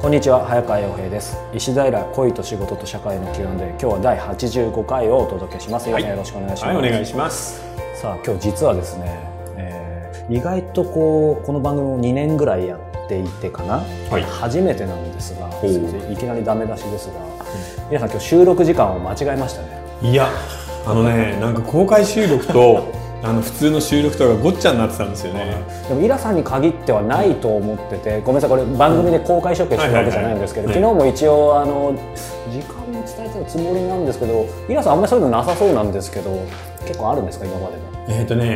こんにちは、早川洋平です。石平恋と仕事と社会の Q&A、今日は第85回をお届けします。よろしくお願いします。 はい、お願いします。 さあ、今日実はですね、意外とこの番組を2年ぐらいやっていてかな、はい、初めてなんですが、いきなりダメ出しですが、皆さん今日収録時間を間違えましたね。 いや、なんか公開収録と普通の収録とかごっちゃになってたんですよね。 でもイラさんに限ってはないと思ってて、ごめんなさい、これ番組で公開処刑してるわけじゃないんですけど、昨日も一応時間を伝えたつもりなんですけど、イラさんあんまりそういうのなさそうなんですけど、結構あるんですか今までも。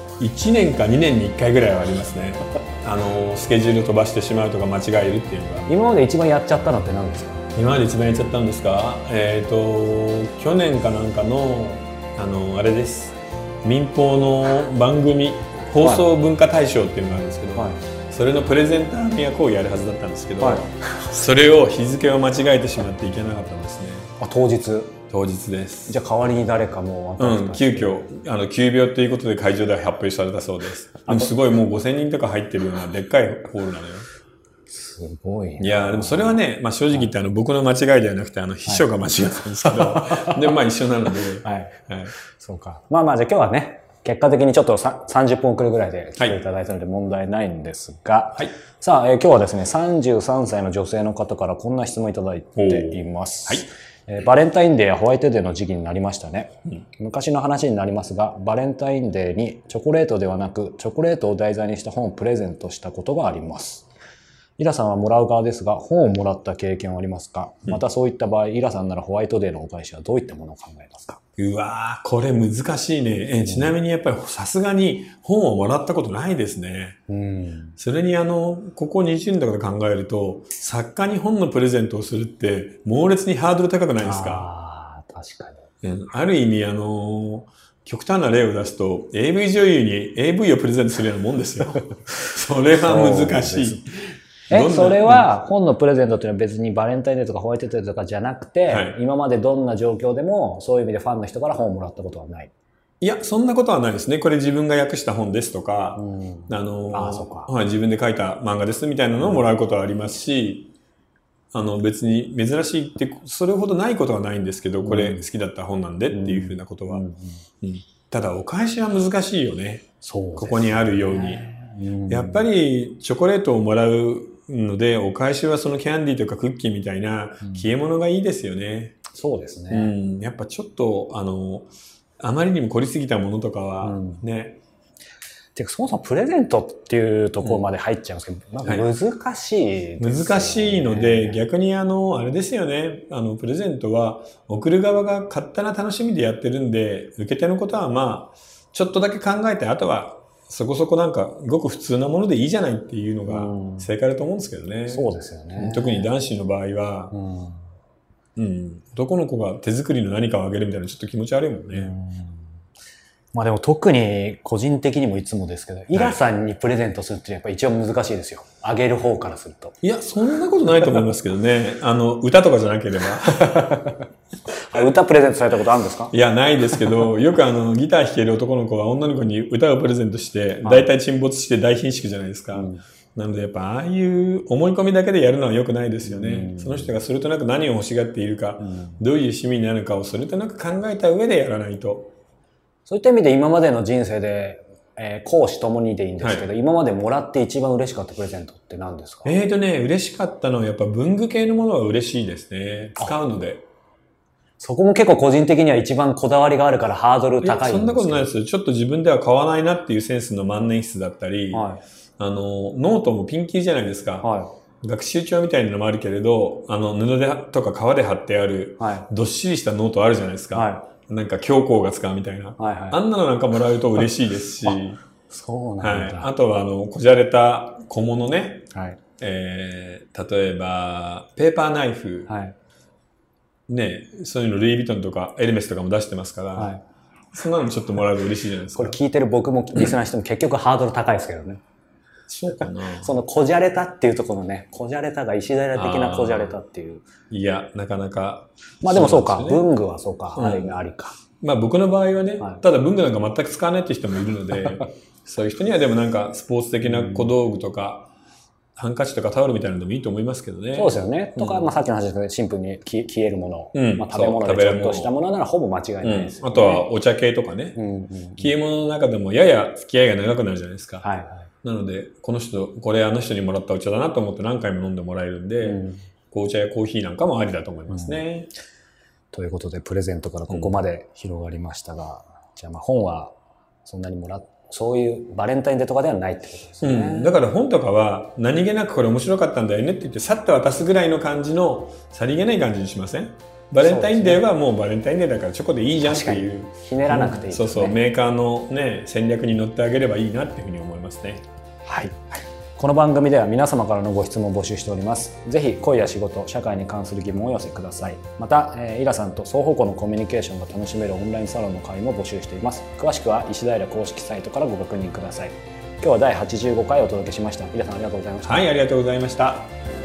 1年か2年に1回ぐらいはありますね。スケジュール飛ばしてしまうとか間違えるっていうのが。 今まで一番やっちゃったのって何ですか？ 今まで一番やっちゃったんですか？去年かなんかのあれです。民放の番組放送文化大賞っていうのがあるんですけど、それのプレゼンターの役をやるはずだったんですけど、それを日付を間違えてしまっていけなかったんですね。 当日です。じゃあ代わりに誰かもう急遽急病ということで会場では発表されたそうです。すごいもう5000人とか入ってるようなでっかいホールなのよ。 すごい。 いやでもそれはね、正直言って僕の間違いではなくて秘書が間違ったんですけど、でも一緒なので、 そうか。じゃあ今日はね、結果的にちょっと30分遅れぐらいで来ていただいたので問題ないんですが、さあ、今日はですね、33歳の女性の方からこんな質問いただいています。バレンタインデーやホワイトデーの時期になりましたね。昔の話になりますが、バレンタインデーにチョコレートではなく、チョコレートを題材にした本をプレゼントしたことがあります。イラさんはもらう側ですが、本をもらった経験はありますか？またそういった場合、イラさんならホワイトデーのお返しはどういったものを考えますか？ うわー、これ難しいね。ちなみにやっぱりさすがに本をもらったことないですね。それにここ20年とかで考えると、作家に本のプレゼントをするって猛烈にハードル高くないですか？ 確かに。ある意味極端な例を出すと AV 女優に AV をプレゼントするようなもんですよ。それは難しい。 それは本のプレゼントっていうのは別にバレンタインデーとかホワイトデーとかじゃなくて、今までどんな状況でもそういう意味でファンの人から本をもらったことはない？ いや、そんなことはないですね。これ自分が訳した本ですとか、自分で書いた漫画ですみたいなのをもらうことはありますし、別に珍しいって、それほどないことはないんですけど、これ好きだった本なんでっていうふうなことは。ただ、お返しは難しいよね。ここにあるように。やっぱりチョコレートをもらうので、お返しはそのキャンディーとかクッキーみたいな消え物がいいですよね。 そうですね。 やっぱちょっと、あまりにも凝りすぎたものとかはね。 てか、そもそもプレゼントっていうところまで入っちゃうんですけど、難しいですよね。 難しいので、逆にあれですよね。プレゼントは送る側が勝手な楽しみでやってるんで、受け手のことはちょっとだけ考えて、あとはそこそこなんかごく普通なものでいいじゃないっていうのが正解だと思うんですけどね。 そうですよね。 特に男子の場合は、男の子が手作りの何かをあげるみたいなちょっと気持ち悪いもんね。 でも特に個人的にもいつもですけど、イラさんにプレゼントするってやっぱ一番難しいですよ。あげる方からすると。 いや、そんなことないと思いますけどね。歌とかじゃなければ。 歌プレゼントされたことあるんですか？ いや、ないですけど、よくギター弾ける男の子は女の子に歌をプレゼントして、大体沈没して大貧縮じゃないですか。なのでやっぱああいう思い込みだけでやるのは良くないですよね。その人がそれとなく何を欲しがっているか、どういう趣味になるかをそれとなく考えた上でやらないと。 そういった意味で今までの人生で、公私ともにでいいんですけど、今までもらって一番嬉しかったプレゼントって何ですか？ 嬉しかったのはやっぱ文具系のものは嬉しいですね。使うので。 そこも結構個人的には一番こだわりがあるからハードル高いんですけど。 そんなことないですよ。ちょっと自分では買わないなっていうセンスの万年筆だったり、ノートもピンキリじゃないですか。学習帳みたいなのもあるけれど、布でとか革で貼ってある、どっしりしたノートあるじゃないですか。なんか教皇が使うみたいな。あんなのなんかもらうと嬉しいですし。 そうなんだ。 あとはこじゃれた小物ね。例えば、ペーパーナイフ。ね、そういうのルイ・ヴィトンとかエルメスとかも出してますから、そんなのちょっともらうと嬉しいじゃないですか。 これ聞いてる僕もリスナーしても結局ハードル高いですけどね。 そうかな。 そのこじゃれたっていうところのね、こじゃれたが石平的なこじゃれたっていう。 いや、なかなか。 でもそうか、文具はそうか、ある意味ありか。 僕の場合はね、ただ文具なんか全く使わないって人もいるので、そういう人にはでもなんかスポーツ的な小道具とか、 ハンカチとかタオルみたいなのでもいいと思いますけどね。 そうですよね。とか、さっきの話ですけど、シンプルに消えるもの、食べ物でちょっとしたものならほぼ間違いないですよね。 あとはお茶系とかね。消え物の中でもやや付き合いが長くなるじゃないですか。なので、この人、これあの人にもらったお茶だなと思って何回も飲んでもらえるんで、紅茶やコーヒーなんかもありだと思いますね。 ということで、プレゼントからここまで広がりましたが、じゃあ本はそんなにそういうバレンタインデーとかではないってことですね。 だから本とかは何気なくこれ面白かったんだよねって言ってさっと渡すぐらいの感じのさりげない感じにしません？バレンタインデーはもうバレンタインデーだからチョコでいいじゃんっていう。 ひねらなくていいですね。 そうそう、メーカーのね、戦略に乗ってあげればいいなっていうふうに思いますね。 はい。この番組では皆様からのご質問を募集しております。ぜひ恋や仕事、社会に関する疑問をお寄せください。また、イラさんと双方向のコミュニケーションが楽しめるオンラインサロンの会も募集しています。詳しくは石平公式サイトからご確認ください。今日は第85回をお届けしました。イラさんありがとうございました。 はい、ありがとうございました。